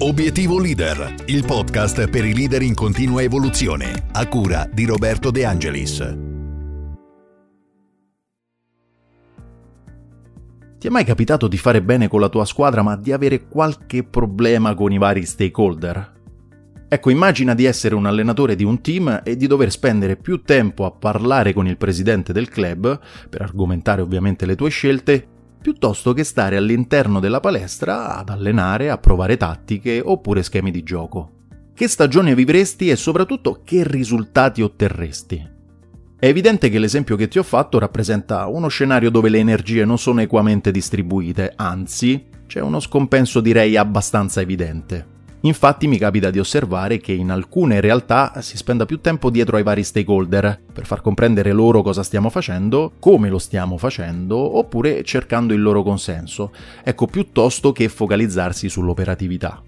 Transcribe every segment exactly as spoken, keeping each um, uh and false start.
Obiettivo Leader, il podcast per i leader in continua evoluzione, a cura di Roberto De Angelis. Ti è mai capitato di fare bene con la tua squadra ma di avere qualche problema con i vari stakeholder? Ecco, immagina di essere un allenatore di un team e di dover spendere più tempo a parlare con il presidente del club, per argomentare ovviamente le tue scelte, piuttosto che stare all'interno della palestra ad allenare, a provare tattiche oppure schemi di gioco. Che stagione vivresti e soprattutto che risultati otterresti? È evidente che l'esempio che ti ho fatto rappresenta uno scenario dove le energie non sono equamente distribuite, anzi, c'è uno scompenso direi abbastanza evidente. Infatti mi capita di osservare che in alcune realtà si spenda più tempo dietro ai vari stakeholder per far comprendere loro cosa stiamo facendo, come lo stiamo facendo, oppure cercando il loro consenso, ecco, piuttosto che focalizzarsi sull'operatività.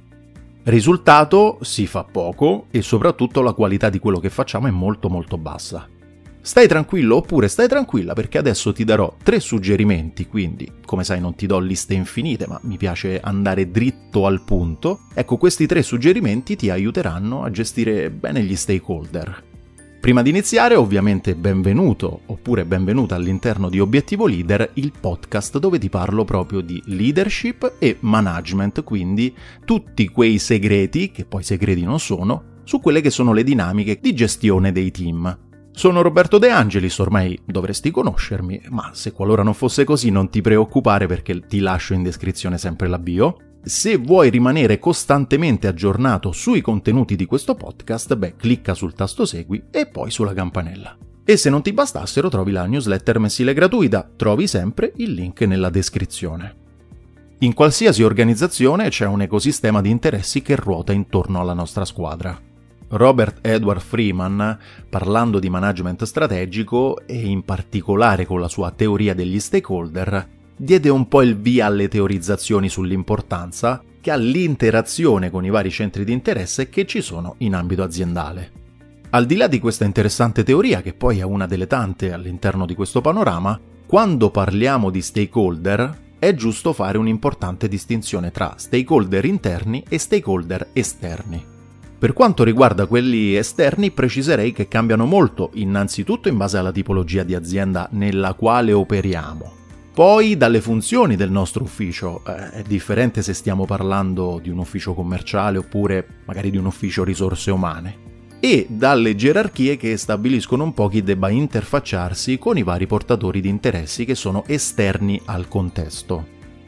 Risultato, si fa poco e soprattutto la qualità di quello che facciamo è molto molto bassa. Stai tranquillo oppure stai tranquilla perché adesso ti darò tre suggerimenti, quindi come sai non ti do liste infinite ma mi piace andare dritto al punto. Ecco, questi tre suggerimenti ti aiuteranno a gestire bene gli stakeholder. Prima di iniziare ovviamente benvenuto oppure benvenuta all'interno di Obiettivo Leader, il podcast dove ti parlo proprio di leadership e management, quindi tutti quei segreti, che poi segreti non sono, su quelle che sono le dinamiche di gestione dei team. Sono Roberto De Angelis, ormai dovresti conoscermi, ma se qualora non fosse così non ti preoccupare perché ti lascio in descrizione sempre la bio. Se vuoi rimanere costantemente aggiornato sui contenuti di questo podcast, beh, clicca sul tasto segui e poi sulla campanella. E se non ti bastassero trovi la newsletter mensile gratuita, trovi sempre il link nella descrizione. In qualsiasi organizzazione c'è un ecosistema di interessi che ruota intorno alla nostra squadra. Robert Edward Freeman, parlando di management strategico e in particolare con la sua teoria degli stakeholder, diede un po' il via alle teorizzazioni sull'importanza che ha l'interazione con i vari centri di interesse che ci sono in ambito aziendale. Al di là di questa interessante teoria, che poi è una delle tante all'interno di questo panorama, quando parliamo di stakeholder è giusto fare un'importante distinzione tra stakeholder interni e stakeholder esterni. Per quanto riguarda quelli esterni, preciserei che cambiano molto, innanzitutto in base alla tipologia di azienda nella quale operiamo. Poi dalle funzioni del nostro ufficio, eh, è differente se stiamo parlando di un ufficio commerciale oppure magari di un ufficio risorse umane. E dalle gerarchie che stabiliscono un po' chi debba interfacciarsi con i vari portatori di interessi che sono esterni al contesto.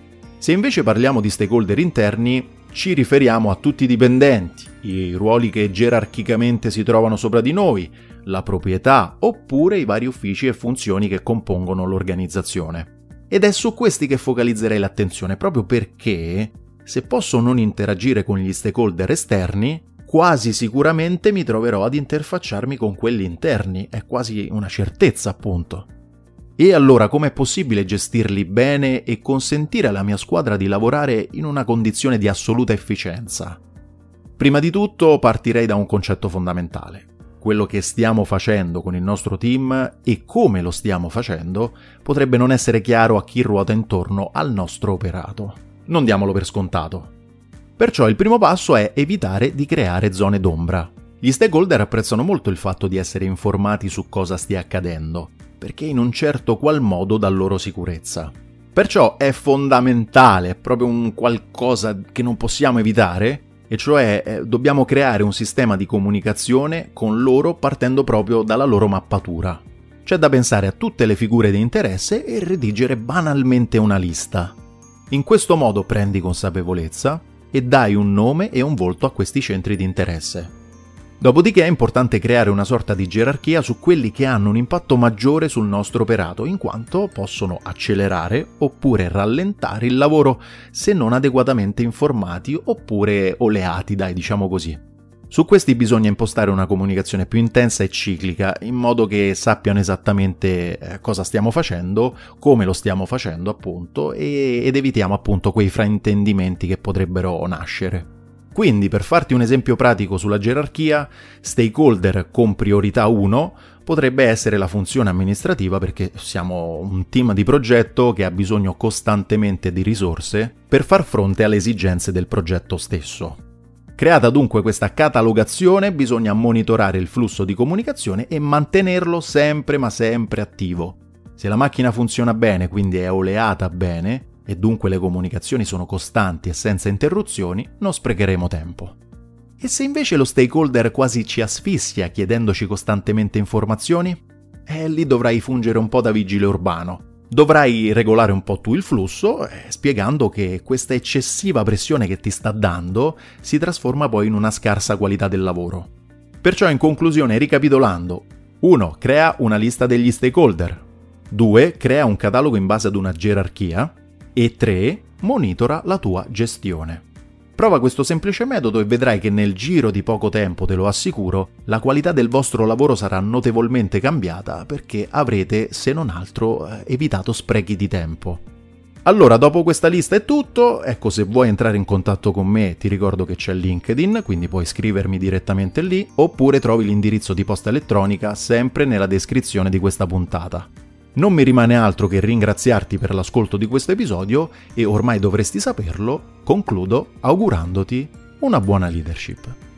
Se invece parliamo di stakeholder interni, ci riferiamo a tutti i dipendenti, i ruoli che gerarchicamente si trovano sopra di noi, la proprietà oppure i vari uffici e funzioni che compongono l'organizzazione. Ed è su questi che focalizzerei l'attenzione, proprio perché se posso non interagire con gli stakeholder esterni, quasi sicuramente mi troverò ad interfacciarmi con quelli interni, è quasi una certezza appunto. E allora com'è possibile gestirli bene e consentire alla mia squadra di lavorare in una condizione di assoluta efficienza? Prima di tutto partirei da un concetto fondamentale. Quello che stiamo facendo con il nostro team e come lo stiamo facendo potrebbe non essere chiaro a chi ruota intorno al nostro operato. Non diamolo per scontato. Perciò il primo passo è evitare di creare zone d'ombra. Gli stakeholder apprezzano molto il fatto di essere informati su cosa stia accadendo, perché in un certo qual modo dà loro sicurezza. Perciò è fondamentale, è proprio un qualcosa che non possiamo evitare, e cioè eh, dobbiamo creare un sistema di comunicazione con loro partendo proprio dalla loro mappatura. C'è da pensare a tutte le figure di interesse e redigere banalmente una lista. In questo modo prendi consapevolezza e dai un nome e un volto a questi centri di interesse. Dopodiché è importante creare una sorta di gerarchia su quelli che hanno un impatto maggiore sul nostro operato, in quanto possono accelerare oppure rallentare il lavoro se non adeguatamente informati oppure oleati, dai, diciamo così. Su questi bisogna impostare una comunicazione più intensa e ciclica, in modo che sappiano esattamente cosa stiamo facendo, come lo stiamo facendo appunto, e, ed evitiamo appunto quei fraintendimenti che potrebbero nascere. Quindi, per farti un esempio pratico sulla gerarchia, stakeholder con priorità uno potrebbe essere la funzione amministrativa, perché siamo un team di progetto che ha bisogno costantemente di risorse per far fronte alle esigenze del progetto stesso. Creata dunque questa catalogazione, bisogna monitorare il flusso di comunicazione e mantenerlo sempre ma sempre attivo. Se la macchina funziona bene, quindi è oleata bene, e dunque le comunicazioni sono costanti e senza interruzioni, non sprecheremo tempo. E se invece lo stakeholder quasi ci asfissia chiedendoci costantemente informazioni? Eh, lì dovrai fungere un po' da vigile urbano. Dovrai regolare un po' tu il flusso, eh, spiegando che questa eccessiva pressione che ti sta dando si trasforma poi in una scarsa qualità del lavoro. Perciò in conclusione, ricapitolando: uno. Crea una lista degli stakeholder. due. Crea un catalogo in base ad una gerarchia. E tre. Monitora la tua gestione. Prova questo semplice metodo e vedrai che nel giro di poco tempo, te lo assicuro, la qualità del vostro lavoro sarà notevolmente cambiata perché avrete, se non altro, evitato sprechi di tempo. Allora, dopo questa lista è tutto. Ecco, se vuoi entrare in contatto con me, ti ricordo che c'è LinkedIn, quindi puoi scrivermi direttamente lì, oppure trovi l'indirizzo di posta elettronica sempre nella descrizione di questa puntata. Non mi rimane altro che ringraziarti per l'ascolto di questo episodio e ormai dovresti saperlo, concludo augurandoti una buona leadership.